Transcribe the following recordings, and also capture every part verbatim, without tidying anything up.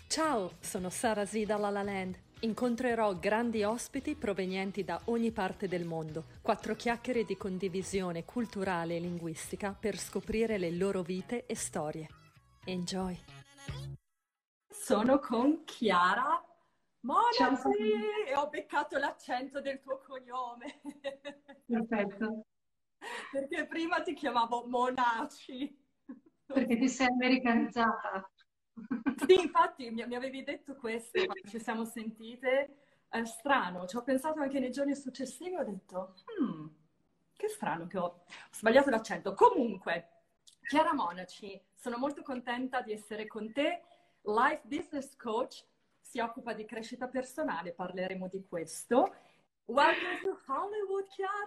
Ciao, sono Sara Z da La La Land. Incontrerò grandi ospiti provenienti da ogni parte del mondo. Quattro chiacchiere di condivisione culturale e linguistica per scoprire le loro vite e storie. Enjoy! Sono con Chiara Ciao Monaci Sara, e ho beccato l'accento del tuo cognome. perfetto, Perché prima ti chiamavo Monaci. Non perché so. ti sei americanizzata. Sì, infatti mi, mi avevi detto questo quando ci siamo sentite. È strano, ci ho pensato anche nei giorni successivi, ho detto, "Hmm, che strano che ho, ho sbagliato l'accento." Comunque, Chiara Monaci, sono molto contenta di essere con te. Life Business Coach, si occupa di crescita personale, parleremo di questo. Welcome to Hollywood,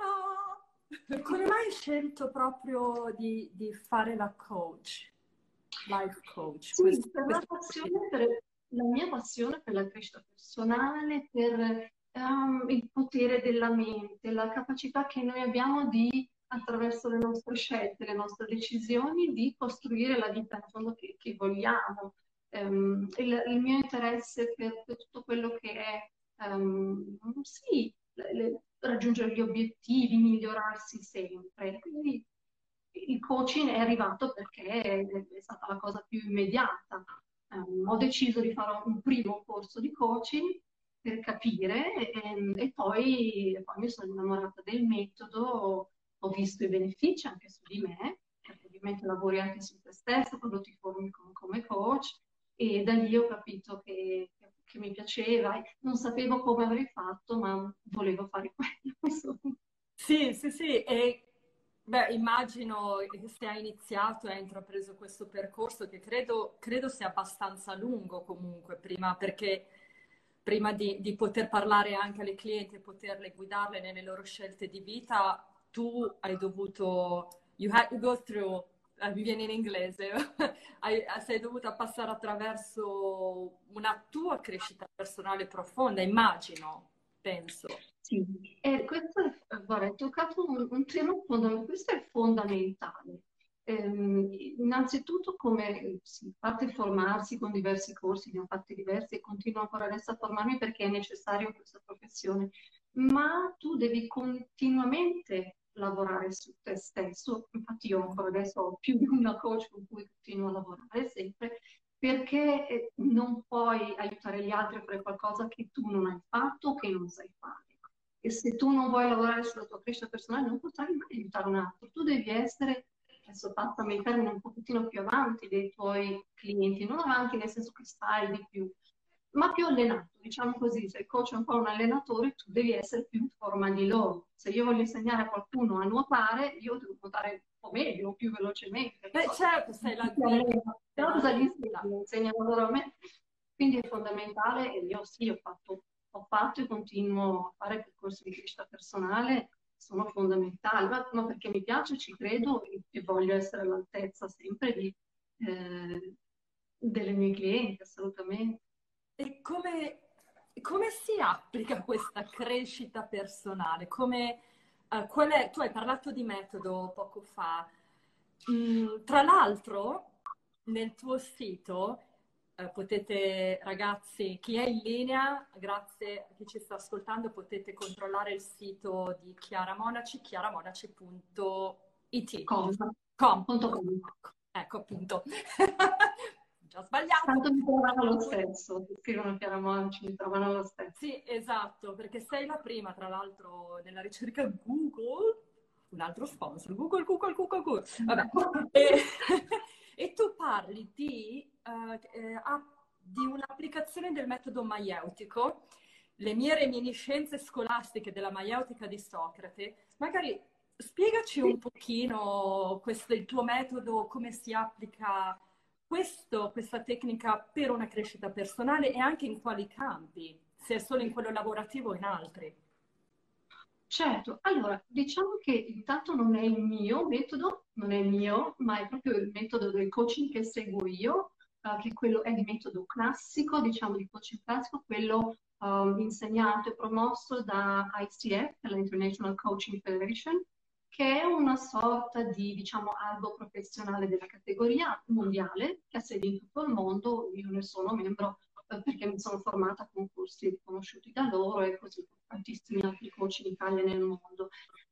Chiara! Come mai hai scelto proprio di, di fare la coach, life coach? Sì, Questo, per la questo passione, per la mia passione per la crescita personale, per ehm, il potere della mente, la capacità che noi abbiamo di, attraverso le nostre scelte, le nostre decisioni, di costruire la vita in fondo che, che vogliamo. Ehm, il, il mio interesse per, per tutto quello che è, ehm, sì, le- le- raggiungere gli obiettivi, migliorarsi sempre. Quindi il coaching è arrivato perché è, è stata la cosa più immediata. Ehm, ho deciso di fare un primo corso di coaching per capire e, e poi, poi mi sono innamorata del metodo, ho visto i benefici anche su di me, perché ovviamente lavori anche su te stesso quando ti formi come, come coach e da lì ho capito che, che mi piaceva, e non sapevo come avrei fatto, ma volevo fare quello, insomma. Sì, sì, sì, e beh, immagino che se hai iniziato e hai intrapreso questo percorso che credo, credo sia abbastanza lungo comunque, prima, perché prima di, di poter parlare anche alle clienti e poterle guidarle nelle loro scelte di vita, tu hai dovuto, you had to go through, eh, mi viene in inglese, hai- sei dovuta passare attraverso una tua crescita personale profonda, immagino, penso. Sì, e questo è, guarda, hai toccato un, un tema fondamentale, questo è fondamentale. Ehm, innanzitutto, come si parte formarsi con diversi corsi, ne ho fatti diversi e continuo ancora adesso a formarmi perché è necessario in questa professione, ma tu devi continuamente lavorare su te stesso. Infatti io ancora adesso ho più di una coach con cui continuo a lavorare sempre perché eh, non puoi aiutare gli altri a fare qualcosa che tu non hai fatto o che non sai fare. E se tu non vuoi lavorare sulla tua crescita personale, non potrai mai aiutare un altro. Tu devi essere, adesso passami il termine, un pochettino più avanti dei tuoi clienti, non avanti nel senso che sai di più, ma più allenato, diciamo così. Se il coach è un po' un allenatore, tu devi essere più in forma di loro. Se io voglio insegnare a qualcuno a nuotare, io devo nuotare un po' meglio, più velocemente. Beh, No? certo, sei la Si guida, allena. sei Però la cosa gli guida. insegno? Insegnano loro a me. Quindi è fondamentale, e io sì, ho fatto, ho fatto e continuo a fare percorsi di crescita personale, sono fondamentali, ma, ma perché mi piace, ci credo e, e voglio essere all'altezza sempre di, eh, delle mie clienti, assolutamente. E come, come si applica questa crescita personale? Come, eh, qual è- tu hai parlato di metodo poco fa. Mm, tra l'altro, nel tuo sito, eh, potete, ragazzi, chi è in linea, grazie a chi ci sta ascoltando, potete controllare il sito di Chiara Monaci, chiaramonaci punto it. Cosa? Com. Conto con. Ecco appunto. Già sbagliato. Tanto mi trovano lo stesso, se scrivono Chiara Monci, mi trovano lo stesso. Sì, esatto, perché sei la prima, tra l'altro, nella ricerca Google, un altro sponsor, Google, Google, Google, Google. Vabbè. E, e tu parli di, eh, eh, app- di un'applicazione del metodo maieutico, le mie reminiscenze scolastiche della maieutica di Socrate. Magari spiegaci un pochino questo, il tuo metodo, come si applica questo, questa tecnica per una crescita personale e anche in quali campi, se è solo in quello lavorativo o in altri. Certo, allora diciamo che intanto non è il mio metodo, non è mio, ma è proprio il metodo del coaching che seguo io, eh, che quello è il metodo classico, diciamo di coaching classico, quello ehm, insegnato e promosso da I C F, la International Coaching Federation, che è una sorta di, diciamo, albo professionale della categoria mondiale, che ha sede in tutto il mondo, io ne sono membro eh, perché mi sono formata con corsi riconosciuti da loro e così con tantissimi altri coach in Italia e nel mondo.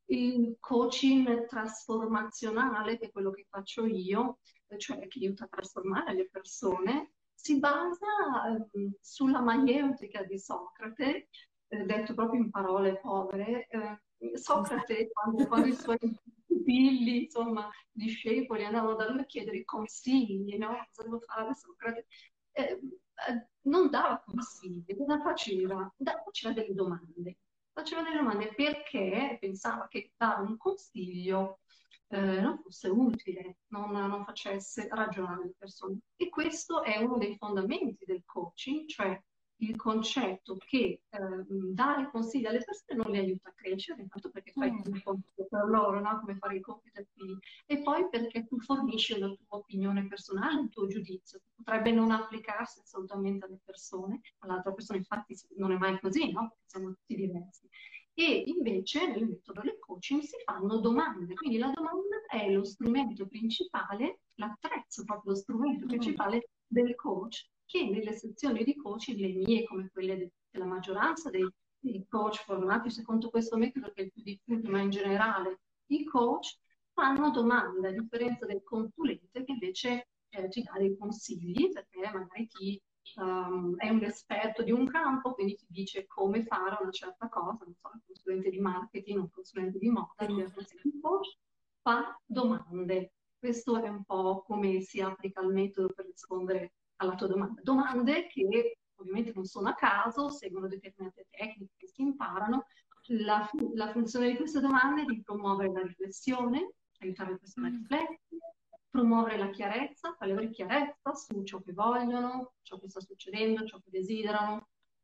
Il coaching trasformazionale, che è quello che faccio io, eh, cioè che aiuta a trasformare le persone, si basa ehm, sulla maieutica di Socrate, eh, detto proprio in parole povere. Eh, Socrate, quando, quando i suoi pupilli, insomma, discepoli andavano da lui a chiedere i consigli, no? Cosa devo fare, Socrate? Eh, eh, non dava consigli, cosa faceva? Da- faceva delle domande. Faceva delle domande perché pensava che dare un consiglio eh, non fosse utile, non, non facesse ragionare le persone. E questo è uno dei fondamenti del coaching, cioè il concetto che eh, dare consigli alle persone non le aiuta a crescere, intanto perché fai Mm. tu il compito per loro, no? Come fare il compito ai figli, e poi perché tu fornisci la tua opinione personale, il tuo giudizio, che potrebbe non applicarsi assolutamente alle persone, all'altra persona infatti non è mai così, no? Perché siamo tutti diversi. E invece nel metodo del coaching si fanno domande, quindi la domanda è lo strumento principale, l'attrezzo, proprio lo strumento Mm. principale del coach, che nelle sezioni di coaching, le mie come quelle de- della maggioranza dei, dei coach formati secondo questo metodo che è il più diffuso, ma in generale i coach fanno domande, a differenza del consulente che invece eh, ti dà dei consigli, perché magari ti um, è un esperto di un campo, quindi ti dice come fare una certa cosa, non so, un consulente di marketing, un consulente di moda, ti dà consigli. Il coach fa domande. Questo è un po' come si applica il metodo per rispondere alla tua domanda. Domande che ovviamente non sono a caso, seguono determinate tecniche che si imparano. La, la funzione di queste domande è di promuovere la riflessione, aiutare le persone a Mm. riflettere, promuovere la chiarezza, fare avere chiarezza su ciò che vogliono, ciò che sta succedendo, ciò che desiderano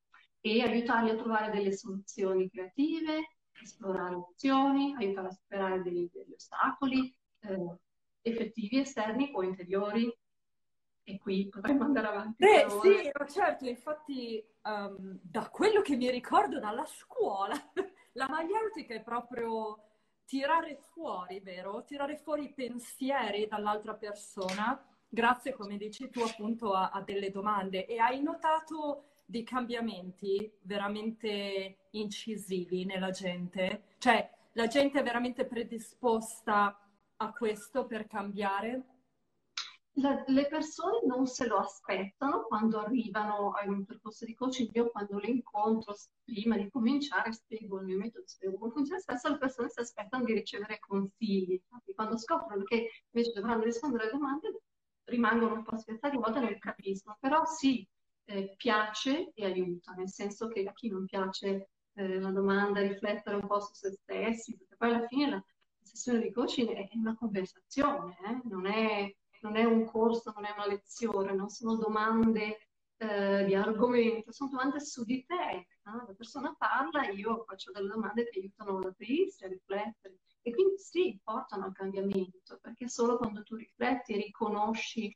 e aiutarli a trovare delle soluzioni creative, esplorare opzioni, aiutare a superare degli, degli ostacoli eh, effettivi, esterni o interiori. E qui potremmo andare avanti per Beh, ore. sì, ma certo, infatti, ehm, da quello che mi ricordo dalla scuola, la maieutica è proprio tirare fuori, vero? Tirare fuori i pensieri dall'altra persona, grazie, come dici tu, appunto a, a delle domande. E hai notato dei cambiamenti veramente incisivi nella gente? Cioè, la gente è veramente predisposta a questo per cambiare? La- le persone non se lo aspettano quando arrivano a un percorso di coaching. Io quando le incontro, s- prima di cominciare, spiego il mio metodo, spiego come funziona, spesso le persone si aspettano di ricevere consigli. Infatti, quando scoprono che invece dovranno rispondere alle domande, rimangono un po' spiazzati, a volte non capiscono. Però sì, eh, piace e aiuta, nel senso che a chi non piace eh, la domanda, riflettere un po' su se stessi, perché poi alla fine la sessione di coaching è una conversazione, eh? Non è non è un corso, non è una lezione, non sono domande eh, di argomento, sono domande su di te. No? La persona parla, io faccio delle domande che aiutano ad aprirsi, a riflettere. E quindi sì, portano al cambiamento, perché solo quando tu rifletti e riconosci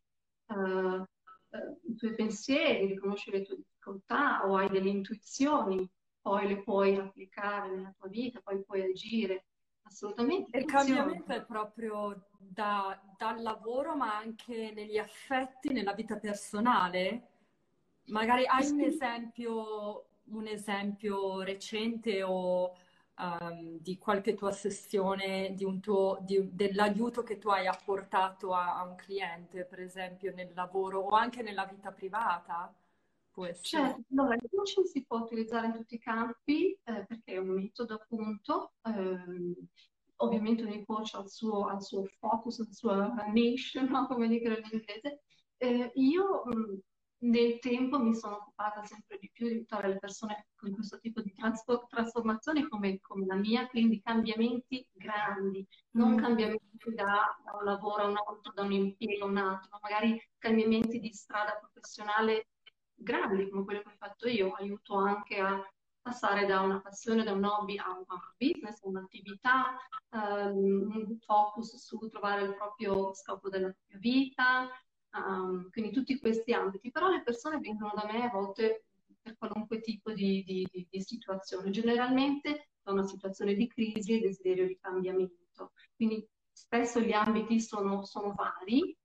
eh, eh, i tuoi pensieri, riconosci le tue difficoltà o hai delle intuizioni, poi le puoi applicare nella tua vita, poi puoi agire. Assolutamente, Il funziona. cambiamento è proprio da- dal lavoro, ma anche negli affetti, nella vita personale. Magari hai un Sì. esempio, un esempio recente o ehm, di qualche tua sessione, di un tuo, di- dell'aiuto che tu hai apportato a, a un cliente, per esempio, nel lavoro o anche nella vita privata? Può Certo, essere. allora il coaching si può utilizzare in tutti i campi eh, perché è un metodo appunto, ehm, ovviamente ogni coach ha il suo, ha il suo focus, la sua niche, no? Come dicono in inglese. Eh, io mh, nel tempo mi sono occupata sempre di più di aiutare le persone con questo tipo di transfo- trasformazioni come, come la mia, quindi cambiamenti grandi, non Mm. cambiamenti da, da un lavoro a un altro, da un impiego a un altro, ma magari cambiamenti di strada professionale grandi come quello che ho fatto io, aiuto anche a passare da una passione, da un hobby a un business, a un'attività, ehm, un focus su trovare il proprio scopo della propria vita, ehm, quindi tutti questi ambiti. Però le persone vengono da me a volte per qualunque tipo di, di- di- di situazione, generalmente da una situazione di crisi e desiderio di cambiamento. Quindi spesso gli ambiti sono, sono vari,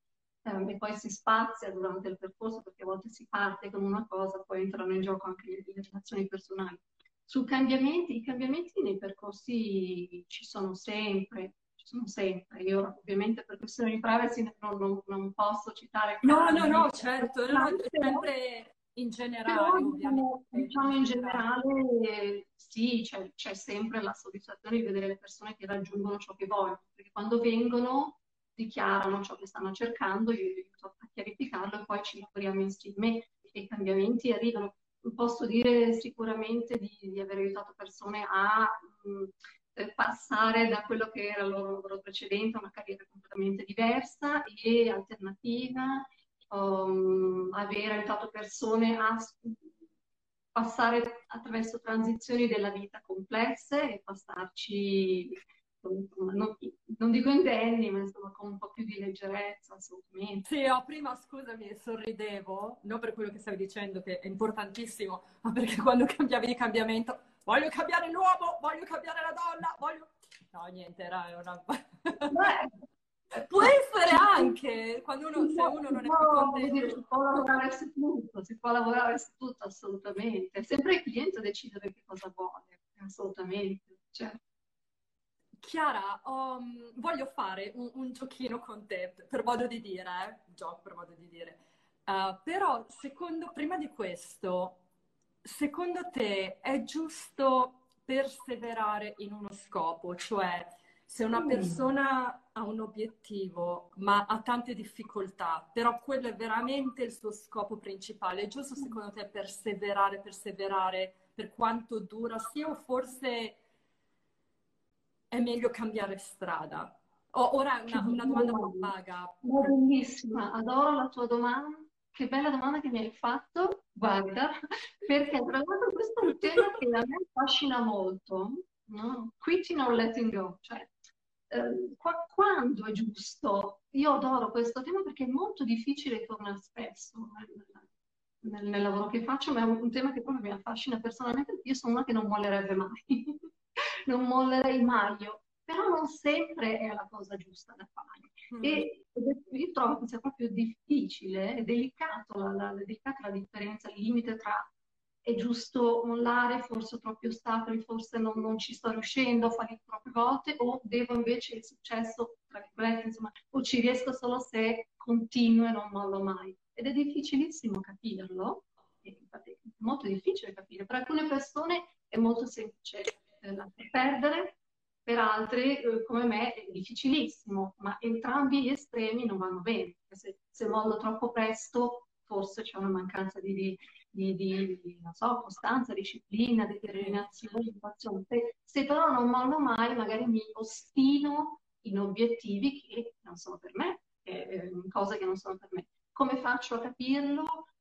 eh, e poi si spazia durante il percorso, perché a volte si parte con una cosa, poi entrano in gioco anche le, le relazioni personali. Su cambiamenti, i cambiamenti nei percorsi ci sono sempre, ci sono sempre. Io ovviamente per questioni di privacy non, non- non posso citare No, no, casi, no, certo, no, no, è però, sempre in però, generale, ovviamente, diciamo, in diciamo in generale. generale eh, sì, c'è c'è sempre la soddisfazione di vedere le persone che raggiungono ciò che vogliono, perché quando vengono dichiarano ciò che stanno cercando, io li aiuto a chiarificarlo e poi ci lavoriamo insieme e i cambiamenti arrivano. Posso dire sicuramente di, di aver aiutato persone a mh, eh, passare da quello che era il loro lavoro precedente a una carriera completamente diversa e alternativa, um, aver aiutato persone a s- passare attraverso transizioni della vita complesse e passarci, insomma, non, non dico indenni, ma insomma con un po' più di leggerezza, assolutamente. Sì, oh, prima scusami, sorridevo, non per quello che stavi dicendo, che è importantissimo, ma perché quando cambiavi di cambiamento, voglio cambiare l'uomo, voglio cambiare la donna, voglio... No, niente, era una... Beh, Può ma essere ci, anche, quando si uno, se può, uno si non è più può, voglio dire, contento. si può lavorare su tutto, si può lavorare su tutto assolutamente. È sempre il cliente a decidere che cosa vuole, assolutamente. Cioè, Chiara, um, voglio fare un, un giochino con te, per modo di dire, eh? Gioco per modo di dire. Uh, però, secondo, prima di questo, secondo te è giusto perseverare in uno scopo? Cioè, se una persona ha un obiettivo, ma ha tante difficoltà, però quello è veramente il suo scopo principale, è giusto secondo te perseverare, perseverare per quanto dura sia o forse è meglio cambiare strada? O- ora che una, una bella domanda domanda. vaga. Ma bellissima, adoro la tua domanda. Che bella domanda che mi hai fatto. Guarda, perché tra l'altro questo è un tema che a me affascina molto, no? Quitting or letting go, cioè eh, qua- quando è giusto? Io adoro questo tema perché è molto difficile e torna spesso nel, nel- nel lavoro che faccio, ma è un, un tema che proprio mi affascina personalmente perché io sono una che non mollerebbe mai, non mollerei mai io, però non sempre è la cosa giusta da fare. Mm. E io trovo che sia proprio difficile e delicato la, la, delicata la differenza, il limite tra è giusto mollare, forse ho troppi ostacoli, forse non, non ci sto riuscendo a fare troppe volte, o devo invece il successo, tra virgolette, insomma, o ci riesco solo se continuo e non mollo mai. Ed è difficilissimo capirlo, e infatti è molto difficile capire. Per alcune persone è molto semplice eh, lasciar perdere, per altri, eh, come me, è difficilissimo, ma entrambi gli estremi non vanno bene. Se, se mollo troppo presto, forse c'è una mancanza di, di, di, di- di, non so, costanza, disciplina, Sì. determinazione, motivazione. Se, se però non mollo mai, magari mi ostino in obiettivi che non sono per me, eh, in cose che non sono per me. Come faccio a capirlo?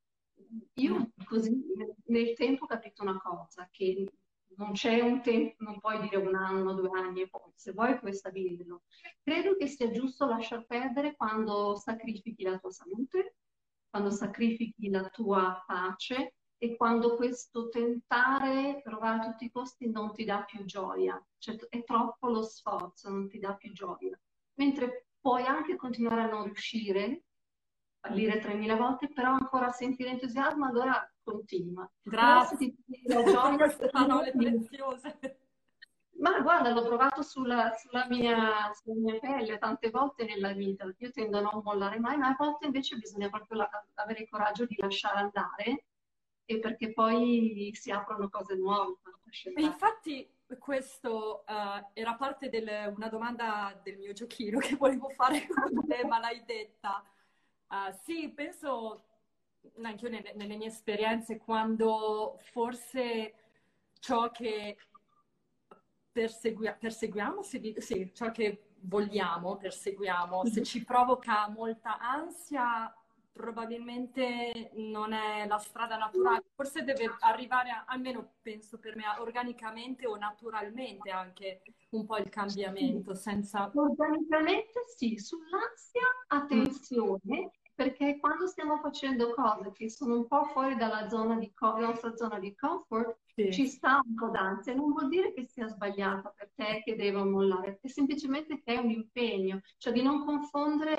Io così nel nel tempo ho capito una cosa, che non c'è un tempo, non puoi dire un anno, due anni e poi, se vuoi puoi stabilirlo. Credo che sia giusto lasciar perdere quando sacrifichi la tua salute, quando sacrifichi la tua pace e quando questo tentare, provare a tutti i costi non ti dà più gioia, cioè è troppo lo sforzo, non ti dà più gioia. Mentre puoi anche continuare a non riuscire, fallire tremila volte, però ancora sentire entusiasmo, allora continua. Però se Grazie ti toglie la per gioia, queste parole preziose. ma guarda, l'ho provato sulla, sulla mia, sulla mia pelle tante volte nella vita. Io tendo a non mollare mai, ma a volte invece bisogna proprio la- avere il coraggio di lasciare andare, e perché poi si aprono cose nuove quando lasci E andare. infatti questo eh, era parte di una domanda del mio giochino che volevo fare con te, ma l'hai detta. Ah, sì, penso anche io nelle, nelle mie esperienze, quando forse ciò che persegui- perseguiamo, si dice- sì, ciò che vogliamo, perseguiamo, se ci provoca molta ansia, probabilmente non è la strada naturale. Forse deve arrivare, a- almeno penso per me, organicamente o naturalmente anche un po' il Sì, cambiamento, senza... organicamente sì, sull'ansia Mm, attenzione, perché quando stiamo facendo cose che sono un po' fuori dalla zona di co- la nostra zona di comfort, sì. ci sta un po' d'ansia. Non vuol dire che sia sbagliata per te che devo mollare, è semplicemente che è un impegno, cioè di non confondere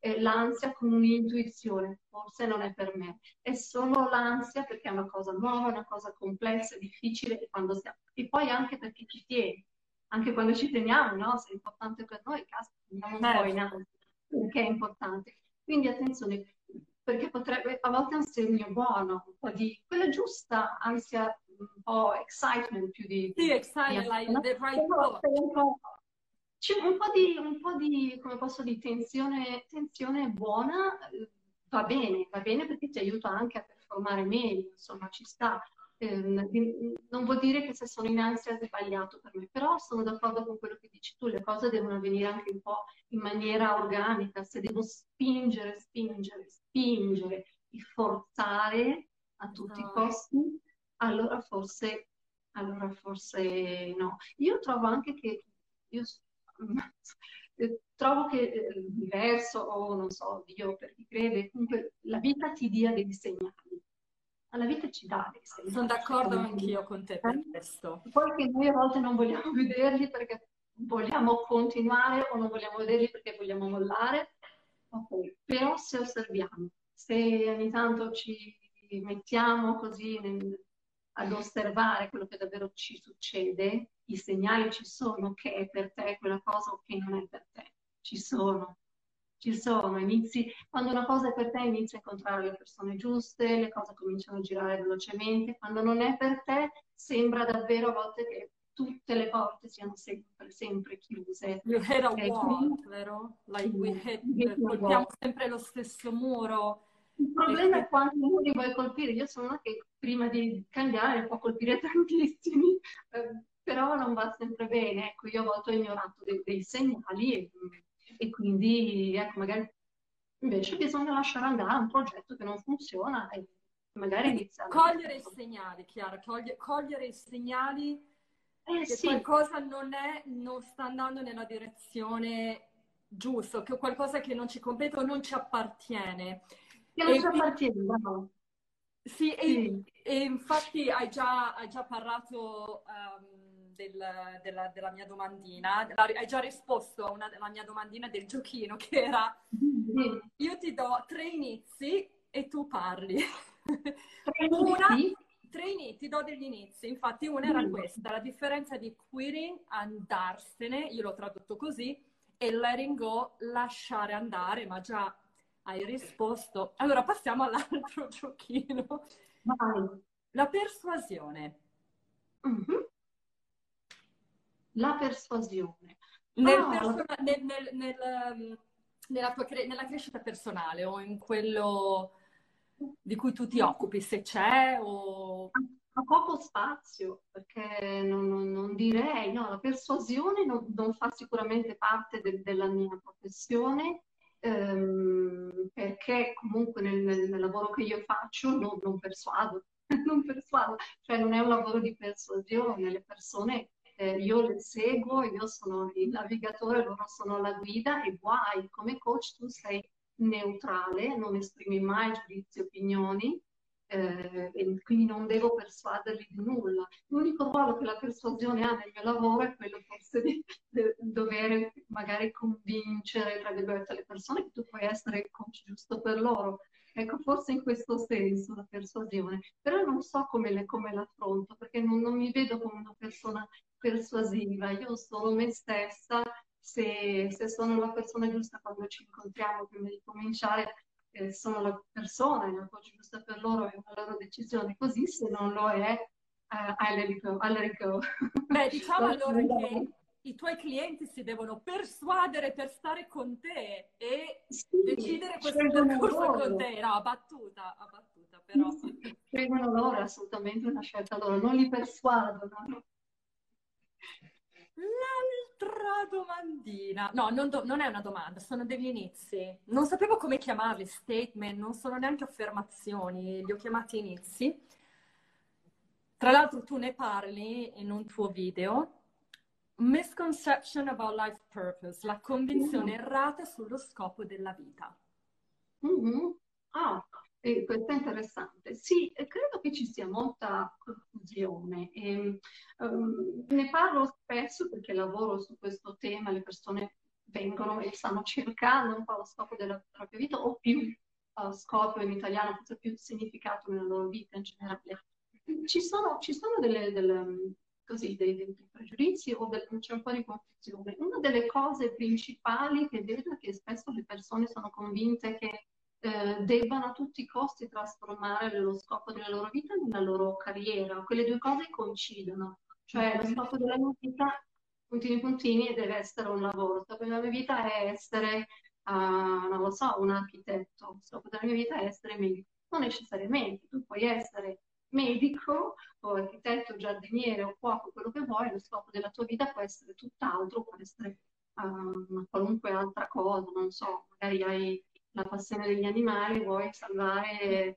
eh, l'ansia con un'intuizione, forse non è per me, è solo l'ansia perché è una cosa nuova, una cosa complessa, difficile, e, quando stiamo... e poi anche perché ci tieni, anche quando ci teniamo, no? Se è importante per noi, caspita, andiamo un po' in Certo. ansia, perché è importante. Quindi attenzione, perché potrebbe, a volte è un segno buono, un po' di quella giusta ansia, un po' excitement più di, Sì, di, di excited, like ansia, the right però thought. se un po', c'è un po' di, un po' di, come posso dire, tensione, tensione buona, eh, va bene, va bene perché ti aiuta anche a performare meglio, insomma, ci sta. Ehm, di- non vuol dire che se sono in ansia è sbagliato per me, però sono d'accordo con quello che dici tu, le cose devono avvenire anche un po' in maniera organica, se devo spingere, spingere, spingere e forzare a tutti i Esatto. costi, allora forse, allora forse no. Io trovo anche che, io s- eh, trovo che eh, diverso, o non so, Dio per chi crede, comunque la vita ti dia dei segnali. La vita ci dà dei Sono segnali, d'accordo secondo me. anch'io con te per Eh? questo. Poi che noi a volte non vogliamo vederli perché vogliamo continuare o non vogliamo vederli perché vogliamo mollare. Ok, però se osserviamo, se ogni tanto ci mettiamo così nel- ad osservare quello che davvero ci succede, i segnali ci sono che è per te quella cosa o che non è per te. Ci sono, ci sono. Inizi, quando una cosa è per te inizi a incontrare le persone giuste, le cose cominciano a girare velocemente. Quando non è per te sembra davvero a volte che tutte le porte siano sempre, sempre chiuse. You hit a E wall, quindi vero? Like we sì, hit, vedi eh, una colpiamo volta. sempre lo stesso muro. Il E problema è qui- quanti muri vuoi colpire. Io sono una che prima di cambiare ne può colpire tantissimi, eh, però non va sempre bene. Ecco, io a volte ho ignorato dei, dei segnali e, e quindi, ecco, magari invece bisogna lasciare andare un progetto che non funziona e magari Quindi iniziare. cogliere i segnali, Chiara, coglie- cogliere i segnali Eh che sì, qualcosa non è, non sta andando nella direzione giusta, che qualcosa che non ci compete o non ci appartiene. che non E ci qui- appartiene, no? sì, e, Sì. e infatti hai già, hai già parlato ehm, del- della, della mia domandina, la- hai già risposto a una, alla mia domandina del giochino che era Sì. io ti do tre inizi e tu parli. Tre Una, inizi? tre inizi, ti do degli inizi. Infatti una era Sì. questa, la differenza di quitting, andarsene, io l'ho tradotto così, e letting go, lasciare andare, ma già hai risposto. Allora passiamo all'altro giochino. Vai. La persuasione. Mhm. La persuasione. Nel Ah, la... persona- nel- nel- nel, ehm, nella tua cre- nella crescita personale o in quello di cui tu ti occupi, se c'è o... ha poco spazio, perché non, non- non direi, no, la persuasione non, non fa sicuramente parte de- della mia professione, ehm, perché comunque nel, nel- nel lavoro che io faccio non, non persuado, non persuado, cioè non è un lavoro di persuasione, le persone, eh, io le seguo, io sono il navigatore, loro sono la guida e guai, come coach tu sei neutrale, non esprimi mai giudizi e opinioni, eh, e quindi non devo persuaderli di nulla. L'unico ruolo che la persuasione ha nel mio lavoro è quello forse di, di dover magari convincere, tra virgolette, le persone che tu puoi essere il coach giusto per loro. Ecco, forse in questo senso la persuasione, però non so come, le- come l'affronto, perché non, non mi vedo come una persona persuasiva, io sono me stessa, se, se sono la persona giusta quando ci incontriamo prima di cominciare, eh, sono la persona, la coach giusta per loro, è una loro decisione, così se non lo è, eh, I let it go. I let it go. Beh, diciamo Lascio allora che andare. i tuoi clienti si devono persuadere per stare con te e Sì, decidere questo scelgono percorso con loro. te. No, a battuta, a battuta, Sì, però. sì, scelgono loro, è assolutamente una scelta loro, non li persuadono. No? L'altra domandina, no, non, do- non è una domanda, sono degli inizi. Non sapevo come chiamarli, statement, non sono neanche affermazioni, li ho chiamati inizi. Tra l'altro tu ne parli in un tuo video. Misconception about life purpose, la convinzione Mm. errata sullo scopo della vita. Mhm. Ah, e questo è interessante. Sì, e credo che ci sia molta confusione. E, ehm, ne parlo spesso perché lavoro su questo tema, le persone vengono e stanno cercando un po' lo scopo della propria vita o più uh, scopo in italiano, forse più significato nella loro vita in generale. Ci sono, ci sono delle, delle, così, dei, dei pregiudizi o del, c'è un po' di confusione. Una delle cose principali che vedo è che spesso le persone sono convinte che eh, debbano a tutti i costi trasformare lo scopo della loro vita nella loro carriera. Quelle due cose coincidono. Cioè lo scopo della mia vita, puntini puntini, deve essere un lavoro. Lo scopo della mia vita è essere, uh, non lo so, un architetto. Lo scopo della mia vita è essere medico. Non necessariamente, tu puoi essere medico o architetto, giardiniere o cuoco, quello che vuoi, lo scopo della tua vita può essere tutt'altro, può essere uh, una qualunque altra cosa, non so, magari hai la passione degli animali, vuoi salvare, eh,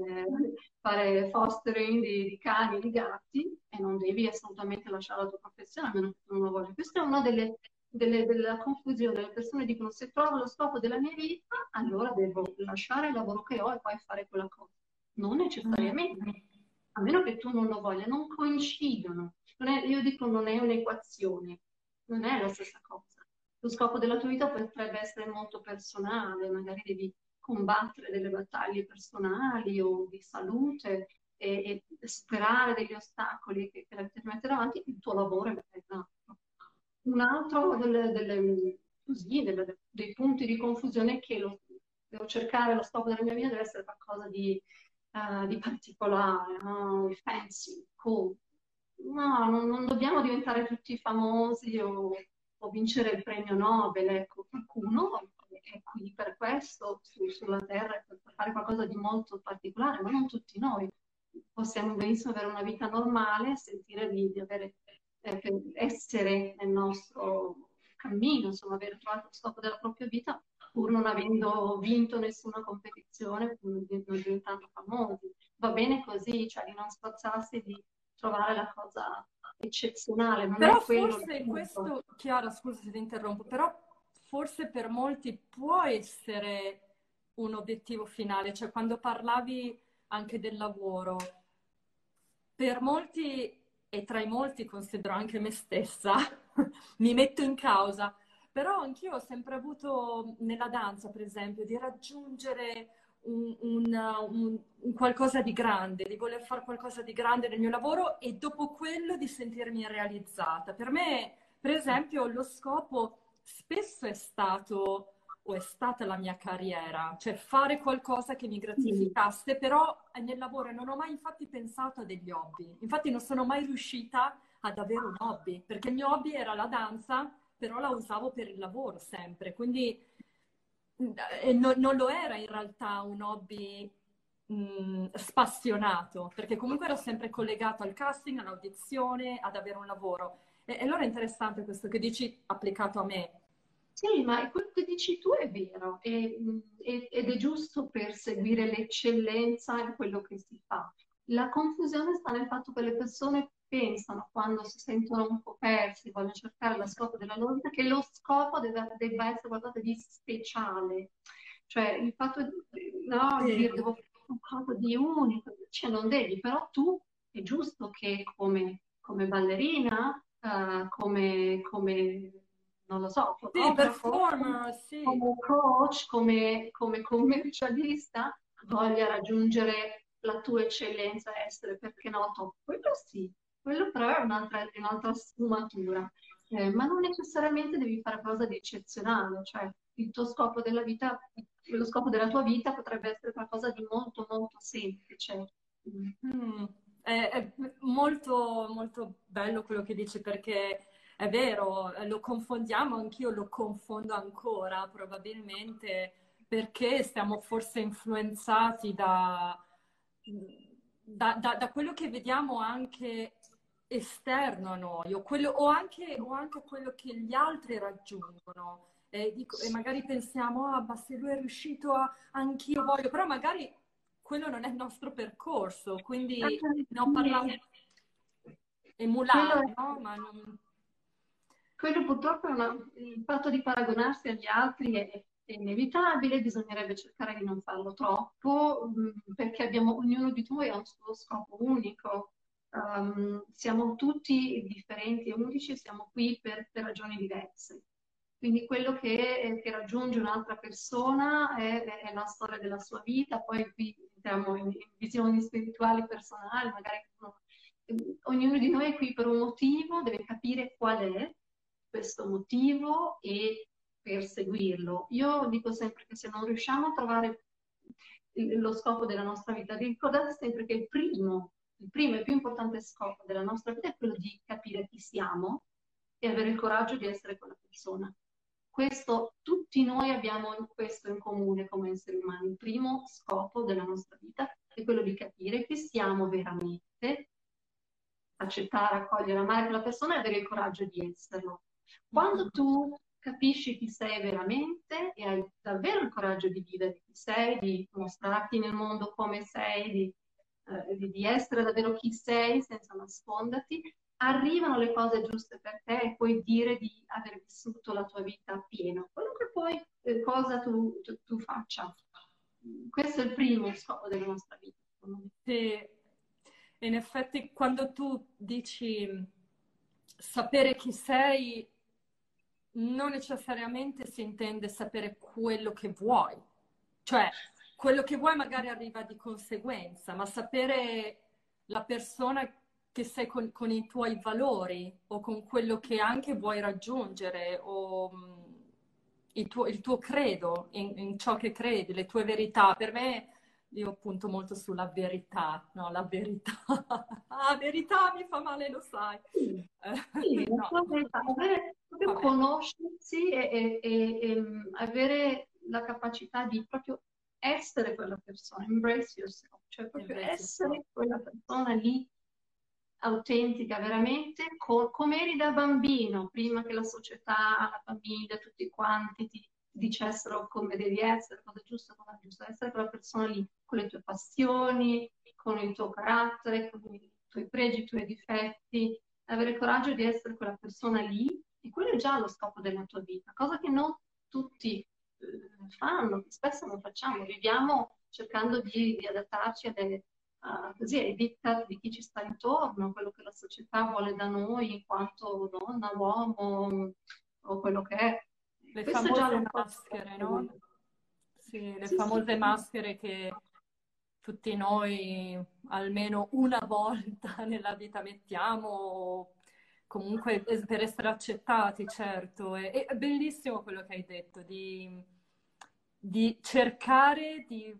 fare fostering di, di cani, di gatti e non devi assolutamente lasciare la tua professione a meno che tu non lo voglia. Questa è una delle, delle, della confusione. Le persone dicono se trovo lo scopo della mia vita, allora devo lasciare il lavoro che ho e poi fare quella cosa. Non necessariamente, a meno che tu non lo voglia, non coincidono. Non è, io dico non è un'equazione, non è la stessa cosa. Lo scopo della tua vita potrebbe essere molto personale, magari devi combattere delle battaglie personali o di salute e, e superare degli ostacoli che, che la vita ti mette davanti, il tuo lavoro è un altro. Un altro delle, delle, così, delle, dei punti di confusione è che lo, devo cercare lo scopo della mia vita deve essere qualcosa di, uh, di particolare, no? Di fancy, cool. No, non, non dobbiamo diventare tutti famosi o, o vincere il premio Nobel, ecco, qualcuno è qui per questo, su, sulla Terra, per fare qualcosa di molto particolare, ma non tutti noi. Possiamo benissimo avere una vita normale, sentire di, di avere, eh, essere nel nostro cammino, insomma, aver trovato il scopo della propria vita, pur non avendo vinto nessuna competizione, pur non diventando famosi. Va bene così, cioè di non sforzarsi di trovare la cosa eccezionale, non Però è quello il forse punto. questo, Chiara, scusa se ti interrompo, però forse per molti può essere un obiettivo finale, cioè quando parlavi anche del lavoro, per molti, e tra i molti considero anche me stessa, mi metto in causa, però anch'io ho sempre avuto nella danza, per esempio, di raggiungere un, un, un, un qualcosa di grande, di voler fare qualcosa di grande nel mio lavoro e dopo quello di sentirmi realizzata. Per me, per esempio, lo scopo spesso è stato o è stata la mia carriera, cioè fare qualcosa che mi Sì. gratificasse, però nel lavoro non ho mai infatti pensato a degli hobby. Infatti non sono mai riuscita ad avere un hobby, perché il mio hobby era la danza, però la usavo per il lavoro sempre, quindi eh, non, non lo era in realtà un hobby mh, spassionato, perché comunque ero sempre collegato al casting, all'audizione, ad avere un lavoro. E, e allora è interessante questo che dici applicato a me. Sì, ma quello che dici tu è vero e- e- ed è giusto perseguire l'eccellenza in quello che si fa. La confusione sta nel fatto che le persone pensano, quando si sentono un po' persi, vogliono cercare lo scopo della loro vita, che lo scopo deve- debba essere qualcosa di speciale. Cioè il fatto di, no, di Sì. dire devo fare qualcosa di unico, cioè non devi, però tu è giusto che come, come ballerina, eh, come, come, non lo so, Sì, fotografo, performer, sì. come coach, come, come commercialista, voglia raggiungere la tua eccellenza e essere, perché no, top. Quello sì, quello però è un'altra è un'altra sfumatura. Eh, ma non necessariamente devi fare qualcosa di eccezionale, cioè il tuo scopo della vita, lo scopo della tua vita potrebbe essere qualcosa di molto molto semplice. Mm. Mm, È, è molto, molto bello quello che dici perché è vero, eh, lo confondiamo, anch'io lo confondo ancora probabilmente perché stiamo forse influenzati da, da, da- da quello che vediamo anche esterno a noi o, quello- o anche, o anche quello che gli altri raggiungono. E, dico- e magari pensiamo, ah, ma se lui è riuscito a, anch'io voglio, però magari quello non è il nostro percorso, Ah, quindi ne ho parlato sì. Quello emulare, è no? Ma non... Quello purtroppo è una- il fatto di paragonarsi agli altri è, è inevitabile, bisognerebbe cercare di non farlo troppo, mh, perché abbiamo, ognuno di noi ha un suo scopo unico. Um, siamo tutti differenti e unici, siamo qui per, per ragioni diverse. Quindi quello che, eh, che raggiunge un'altra persona è, è la storia della sua vita, poi qui entriamo in, in visioni spirituali personali, magari uno- eh, ognuno di noi è qui per un motivo, deve capire qual è questo motivo e perseguirlo. Io dico sempre che se non riusciamo a trovare il- lo scopo della nostra vita, ricordate sempre che il primo, il primo e più importante scopo della nostra vita è quello di capire chi siamo e avere il coraggio di essere quella persona. Questo, tutti noi abbiamo questo in comune come esseri umani. Il primo scopo della nostra vita è quello di capire chi siamo veramente, accettare, accogliere, amare quella persona e avere il coraggio di esserlo. Quando tu capisci chi sei veramente e hai davvero il coraggio di vivere chi sei, di mostrarti nel mondo come sei, di, eh, di, di essere davvero chi sei senza nasconderti, arrivano le cose giuste per te e puoi dire di aver vissuto la tua vita appieno, qualunque poi eh, cosa tu, tu, tu faccia. Questo è il primo scopo della nostra vita, secondo me. Sì, in effetti quando tu dici sapere chi sei, non necessariamente si intende sapere quello che vuoi, cioè quello che vuoi magari arriva di conseguenza, ma sapere la persona che sei con, con i tuoi valori o con quello che anche vuoi raggiungere o mh, il tuo, il tuo credo in, in ciò che credi, le tue verità. Per me io punto molto sulla verità, no, la verità. Ah, verità mi fa male, lo sai. Sì, sì, Eh, la no, sua verità, avere, proprio vabbè, conoscersi e, e- e- e, mm, avere la capacità di proprio essere quella persona, embrace yourself, cioè proprio embrace yourself. essere quella persona lì autentica veramente, co- come eri da bambino, prima che la società, la famiglia, tutti quanti ti dicessero come devi essere, cosa è giusto, cosa è giusto, essere quella persona lì con le tue passioni, con il tuo carattere, con i tuoi pregi, i tuoi difetti, avere il coraggio di essere quella persona lì, e quello è già lo scopo della tua vita, cosa che non tutti eh, fanno, che spesso non facciamo, viviamo cercando di, di adattarci a delle uh, così ai diktat di chi ci sta intorno, quello che la società vuole da noi in quanto donna, uomo o quello che è. Le Questo è già famose lo scopo della maschere, tua no? vita. Sì, le Sì, sì, famose maschere che tutti noi almeno una volta nella vita mettiamo, comunque per essere accettati, certo. E, è bellissimo quello che hai detto, di, di cercare di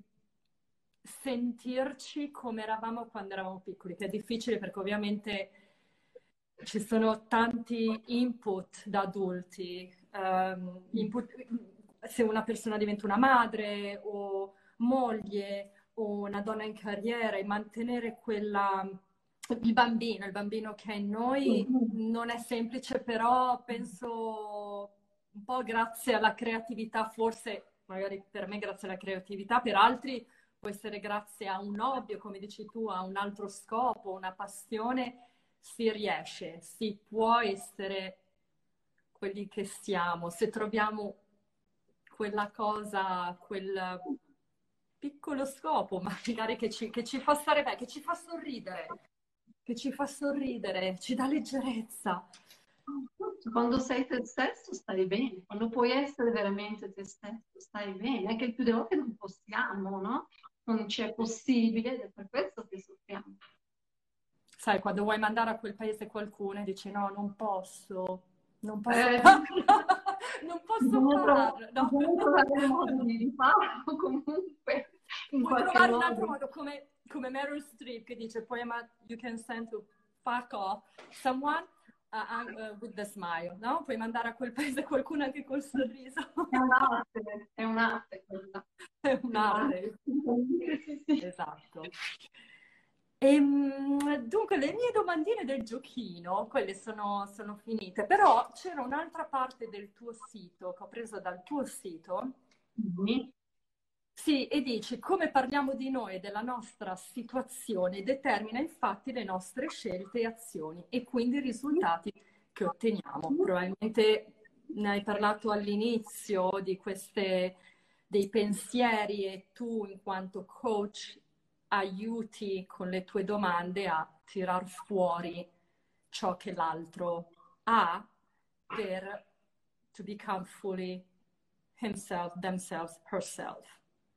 sentirci come eravamo quando eravamo piccoli, che è difficile perché ovviamente ci sono tanti input da adulti, ehm, input, se una persona diventa una madre o moglie o una donna in carriera e mantenere quella, il bambino, il bambino che è in noi non è semplice, però penso un po' grazie alla creatività, forse magari per me grazie alla creatività, per altri può essere grazie a un hobby, come dici tu, a un altro scopo, una passione, si riesce, si può essere quelli che siamo, se troviamo quella cosa, quel piccolo scopo, magari che ci, che ci fa stare bene, che ci fa sorridere, che ci fa sorridere, ci dà leggerezza. Quando sei te stesso stai bene, quando puoi essere veramente te stesso stai bene, è che il più delle volte non possiamo, no? Non ci è possibile ed è per questo che soffriamo. Sai, quando vuoi mandare a quel paese qualcuno e dici no, non posso, non posso Eh, farlo, non posso bisogna trovare, farlo, no. bisogna trovare il modo di di farlo comunque, in Puoi qualche trovare un altro modo. modo, come, come Meryl Streep che dice, poi ma you can send to fuck off someone uh, uh, with the smile, no? Puoi mandare a quel paese qualcuno anche col sorriso. È un'arte, è un'arte quella. È È un'arte. un'arte. Sì, sì. Esatto. Ehm, dunque, le mie domandine del giochino, quelle sono, sono finite, però c'era un'altra parte del tuo sito che ho preso dal tuo sito. Mhm. Sì, e dici come parliamo di noi e della nostra situazione determina infatti le nostre scelte e azioni e quindi i risultati che otteniamo. Probabilmente ne hai parlato all'inizio di queste, dei pensieri e tu in quanto coach aiuti con le tue domande a tirar fuori ciò che l'altro ha per to become fully himself, themselves, herself.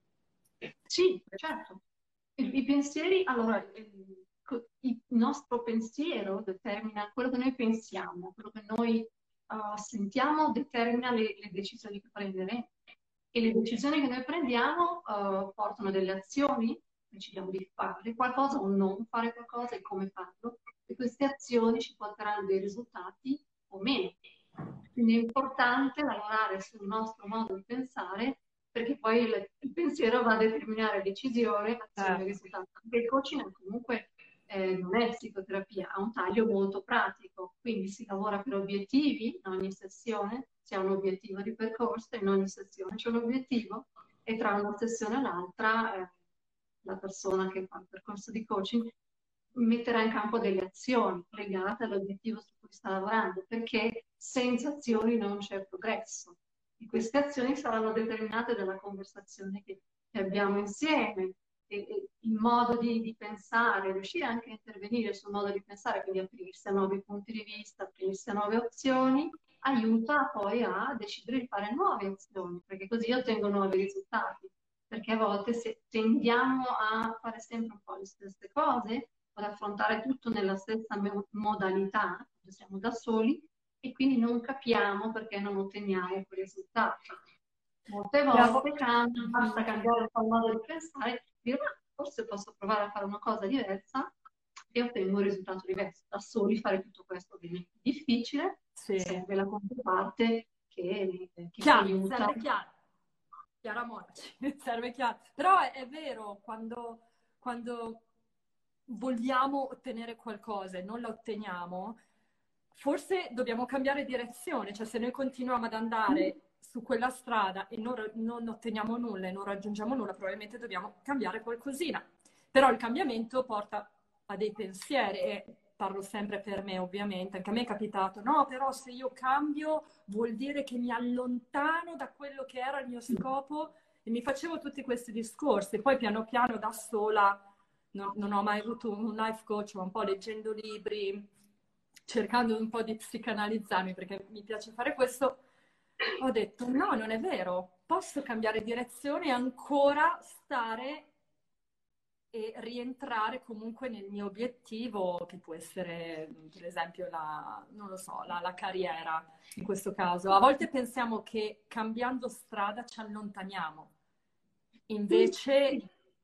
Sì, certo. I, i pensieri, allora, il, il nostro pensiero determina quello che noi pensiamo, quello che noi uh, sentiamo determina le, le decisioni che prenderemo. E le decisioni che noi prendiamo uh, portano delle azioni, decidiamo di fare qualcosa o non fare qualcosa e come farlo, e queste azioni ci porteranno dei risultati o meno. Quindi è importante lavorare sul nostro modo di pensare, perché poi il, il pensiero va a determinare decisione, azione e risultato. Anche il coaching comunque eh, non è psicoterapia, ha un taglio molto pratico, quindi si lavora per obiettivi in ogni sessione, si ha un obiettivo di percorso, in ogni sessione c'è un obiettivo e tra una sessione e l'altra eh, la persona che fa il percorso di coaching metterà in campo delle azioni legate all'obiettivo su cui sta lavorando, perché senza azioni non c'è progresso. E queste azioni saranno determinate dalla conversazione che, che abbiamo insieme, e, e il modo di, di pensare, riuscire anche a intervenire sul modo di pensare, quindi aprirsi a nuovi punti di vista, aprirsi a nuove opzioni, aiuta poi a decidere di fare nuove azioni, perché così ottengo nuovi risultati. Perché a volte se tendiamo a fare sempre un po' le stesse cose, ad affrontare tutto nella stessa modalità, quando siamo da soli, e quindi non capiamo perché non otteniamo quei risultati. Molte volte cambia, basta cambiare un po' il modo di pensare e dire, ma forse posso provare a fare una cosa diversa e ottengo un risultato diverso. Da soli fare tutto questo diventa difficile, sì. Serve la controparte che, che chiaro, ti aiuta. Serve chiaro. Chiara Monaci, serve chiaro. Però è, è vero, quando, quando vogliamo ottenere qualcosa e non la otteniamo, forse dobbiamo cambiare direzione, cioè se noi continuiamo ad andare su quella strada e non, non otteniamo nulla e non raggiungiamo nulla, probabilmente dobbiamo cambiare qualcosina. Però il cambiamento porta a dei pensieri e parlo sempre per me ovviamente, anche a me è capitato, no, però se io cambio vuol dire che mi allontano da quello che era il mio scopo e mi facevo tutti questi discorsi, poi piano piano da sola non, non ho mai avuto un life coach, ma un po' leggendo libri, cercando un po' di psicanalizzarmi perché mi piace fare questo, ho detto no, non è vero, posso cambiare direzione e ancora stare e rientrare comunque nel mio obiettivo, che può essere per esempio la, non lo so, la, la carriera in questo caso. A volte pensiamo che cambiando strada ci allontaniamo, invece,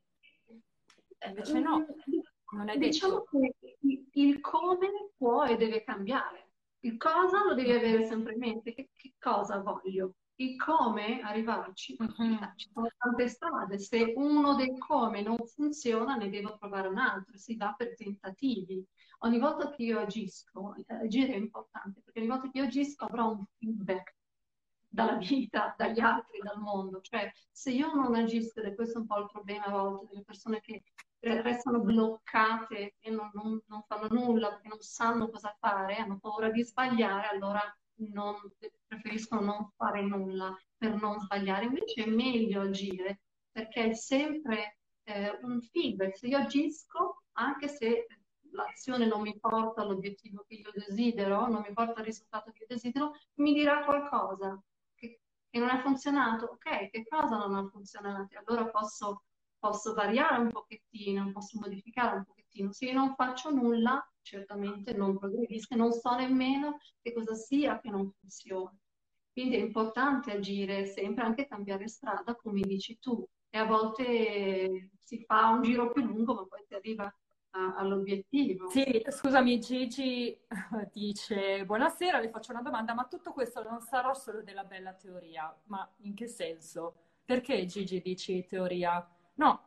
invece no, non è diciamo detto. che il come può e deve cambiare. Il cosa lo devi avere sempre in mente, che, che cosa voglio? Il come arrivarci, Mm-hmm. ci sono tante strade, se uno dei come non funziona ne devo trovare un altro, si va per tentativi. Ogni volta che io agisco, eh, agire è importante, perché ogni volta che io agisco avrò un feedback dalla vita, dagli altri, dal mondo. Cioè, se io non agisco, ed è questo un po' il problema a volte delle persone che restano bloccate e non, non, non fanno nulla perché non sanno cosa fare, hanno paura di sbagliare, allora non, preferiscono non fare nulla per non sbagliare. Invece è meglio agire, perché è sempre eh, un feedback. Se io agisco, anche se l'azione non mi porta all'obiettivo che io desidero, non mi porta al risultato che io desidero, mi dirà qualcosa che, che non ha funzionato. Ok, che cosa non ha funzionato? Allora posso, posso variare un pochettino, posso modificare un pochettino. Se io non faccio nulla, certamente non progrediamo, non so nemmeno che cosa sia che non funziona. Quindi è importante agire sempre, anche cambiare strada, come dici tu. E a volte si fa un giro più lungo, ma poi si arriva all'obiettivo. Sì, scusami, Gigi dice, buonasera, vi faccio una domanda, ma tutto questo non sarà solo della bella teoria, ma in che senso? Perché Gigi dici teoria? No,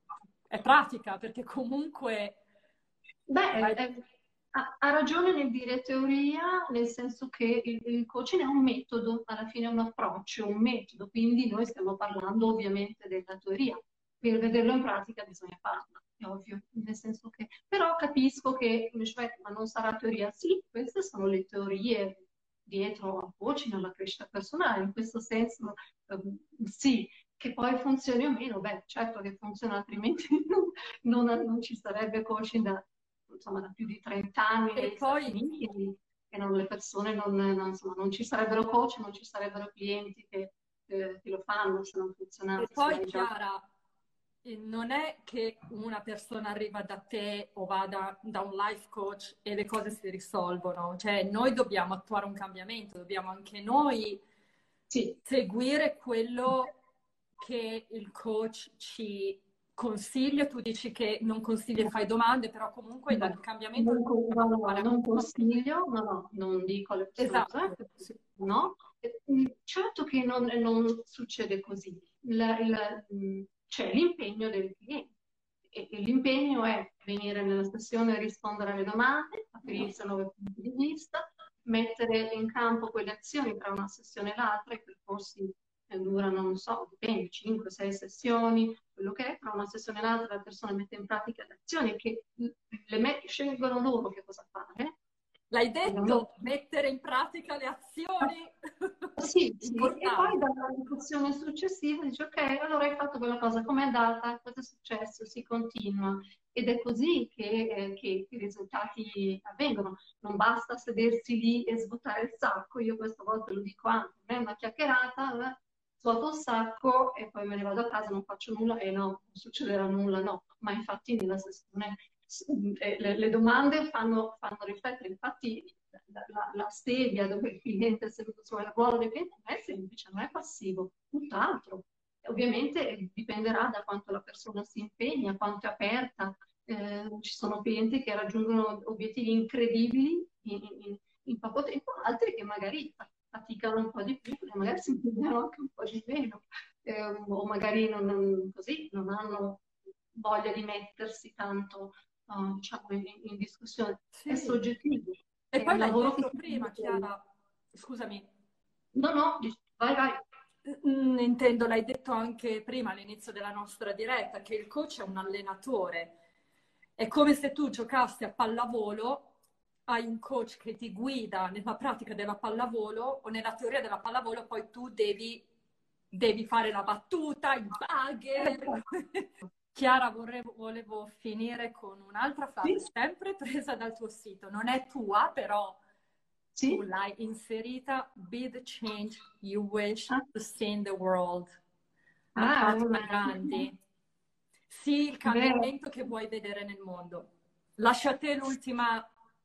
è pratica, perché comunque... Beh, eh, ha, ha ragione nel dire teoria, nel senso che il, il coaching è un metodo, alla fine è un approccio, un metodo, quindi noi stiamo parlando ovviamente della teoria. Per vederlo in pratica bisogna farlo, è ovvio, nel senso che... Però capisco che, cioè, ma non sarà teoria? Sì, queste sono le teorie dietro al coaching, alla crescita personale, in questo senso ehm, sì, che poi funzioni o meno, beh, certo che funziona, altrimenti non, non, non ci sarebbe coaching da, insomma, da più di trenta anni E negli poi Stati Uniti. e non, le persone non, non, insomma, non ci sarebbero coach, non ci sarebbero clienti che, eh, che lo fanno se non E funzionasse. poi, Chiara, eh, non è che una persona arriva da te o vada da un life coach e le cose si risolvono. Cioè, noi dobbiamo attuare un cambiamento, dobbiamo anche noi Sì. seguire quello che il coach ci consiglia. Tu dici che non consigli e fai domande, però comunque No, il cambiamento non, lo con- no, dobbiamo no, fare non anche noi. consiglio, no, no, non dico alle persone cosa Esatto, fare, sì. no. Eh, mm, Certo che non, non succede così. La- il- mm, c'è l'impegno del cliente e, e l'impegno è venire nella sessione e rispondere alle domande, aprirsi a nuovi punti di vista, mettere in campo quelle azioni tra una sessione e l'altra. I percorsi eh, durano, non so, dipende, cinque sei sessioni, quello che è, tra una sessione e l'altra la persona mette in pratica le azioni che le met- scelgono loro che cosa fare. L'hai Scelgono detto, mettere in pratica le azioni. sì, sì, e poi Importante. dalla discussione successiva dice ok, allora hai fatto quella cosa, com'è andata? Cosa è successo? Si continua. Ed è così che, eh, che i risultati avvengono. Non basta sedersi lì e svuotare il sacco, io questa volta lo dico anche, non è una chiacchierata, eh, svuoto il sacco e poi me ne vado a casa, non faccio nulla e no, non succederà nulla, no. Ma infatti nella sessione eh, le, le domande fanno, fanno riflettere, infatti la, la, la sedia dove il cliente è seduto sul ruolo del cliente non è semplice, non è passivo, tutt'altro. Ovviamente dipenderà da quanto la persona si impegna, quanto è aperta. Eh, ci sono clienti che raggiungono obiettivi incredibili in, in, in poco tempo, altri che magari faticano un po' di più, magari si impegnano anche un po' di meno, eh, o magari non, non, così, non hanno voglia di mettersi tanto uh, diciamo, in, in discussione. È Sì. soggettivo, E è poi un l'hai lavoro che detto si prima, fa. Chiara, scusami, No, no, dici, vai, vai. mm, intendo, l'hai detto anche prima all'inizio della nostra diretta, che il coach è un allenatore. È come se tu giocassi a pallavolo, hai un coach che ti guida nella pratica della pallavolo o nella teoria della pallavolo, poi tu devi, devi fare la battuta, il bugger. Chiara, vorrevo- volevo finire con un'altra frase, Sì, sempre presa dal tuo sito. Non è tua, però tu sì. l'hai inserita. Be the change you wish Ah, to see in the world. ah, è Mahatma una... Gandhi. Sii il Vero. cambiamento che vuoi vedere nel mondo. Lascia a te l'ultima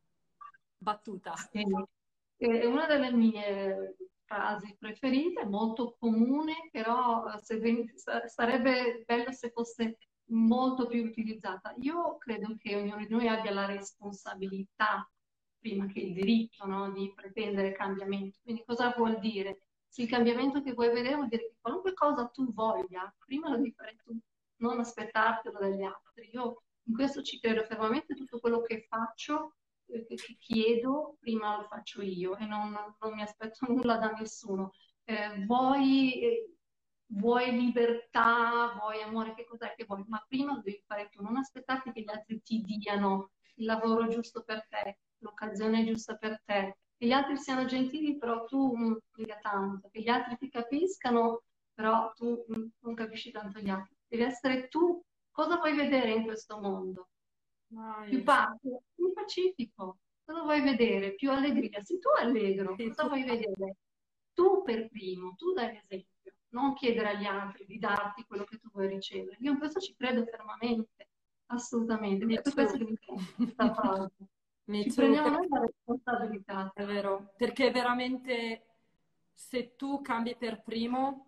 battuta. Sì. È una delle mie frasi preferite, molto comune, però eh, se ven- sa- sarebbe bello se fosse molto più utilizzata. Io credo che ognuno di noi abbia la responsabilità, prima che il diritto, no, di pretendere cambiamento. Quindi cosa vuol dire? Se il cambiamento che vuoi vedere vuol dire che qualunque cosa tu voglia, prima lo devi fare tu, non aspettartelo dagli altri. Io in questo ci credo fermamente, tutto quello che faccio eh, che che chiedo, prima lo faccio io e non, non mi aspetto nulla da nessuno. Eh, vuoi, eh, vuoi libertà, vuoi amore, che cos'è che vuoi? Ma prima lo devi fare tu, non aspettarti che gli altri ti diano il lavoro giusto per te, l'occasione giusta per te, che gli altri siano gentili, però tu non frega tanto, che gli altri ti capiscano, però tu mm, non capisci tanto gli altri. Devi essere tu. Cosa vuoi vedere in questo mondo? Più Vai. pace, più pacifico. Cosa vuoi vedere? Più allegria. Se tu è allegro, Sì, cosa tu- vuoi vedere? Tu per primo, tu dai l'esempio, non chiedere agli altri di darti quello che tu vuoi ricevere. Io in questo ci credo fermamente, assolutamente. Me È per too. questo che mi piace questa frase. Me Ci too. prendiamo noi la responsabilità. È vero, perché veramente se tu cambi per primo,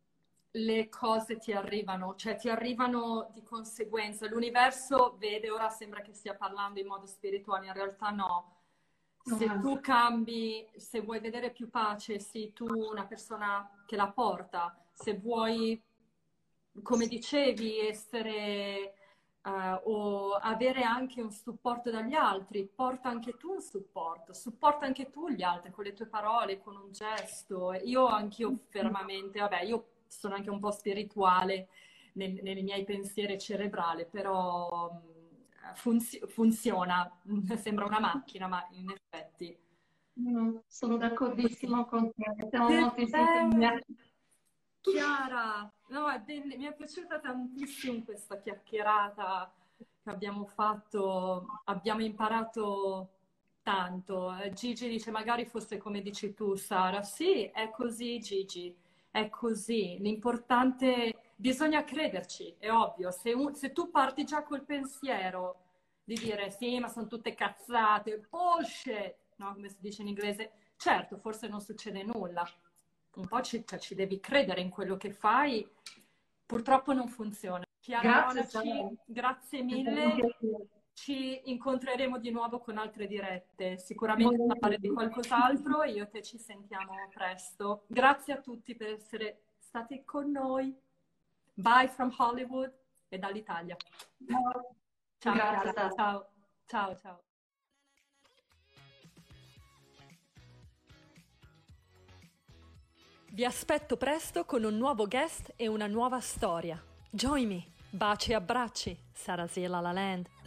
le cose ti arrivano, cioè ti arrivano di conseguenza. L'universo vede, ora sembra che stia parlando in modo spirituale, in realtà no. Se Ah, tu cambi, se vuoi vedere più pace, sii tu una persona che la porta. Se vuoi, come dicevi, essere eh, o avere anche un supporto dagli altri, porta anche tu un supporto, supporta anche tu gli altri con le tue parole, con un gesto. Io anch'io fermamente, vabbè, io sono anche un po' spirituale nel- nei miei pensieri cerebrali, però mh, funzi- funziona, sembra una macchina, ma in effetti mm, sono così. d'accordissimo con te, siamo Che molto in sintonia. bello! Chiara, no, è bell- mi è piaciuta tantissimo questa chiacchierata che abbiamo fatto, abbiamo imparato tanto. Eh, Gigi dice magari fosse come dici tu, Sara. Sì, è così, Gigi, è così. L'importante, bisogna crederci, è ovvio. Se, un- se tu parti già col pensiero di dire sì, ma sono tutte cazzate, bullshit, no? Come si dice in inglese, certo, forse non succede nulla. Un po' ci, cioè, ci devi credere in quello che fai. Purtroppo non funziona. Chiara Grazie, Sara. Monaci, grazie È stato un mille. piacere. Ci incontreremo di nuovo con altre dirette, sicuramente parlare di Volentieri. qualcos'altro e io e te ci sentiamo presto. Grazie a tutti per essere stati con noi. Bye from Hollywood e dall'Italia. Ciao Grazie, Chiara, Sara. ciao, ciao, ciao. Vi aspetto presto con un nuovo guest e una nuova storia. Join me. Baci e abbracci. Sarasiela La Land.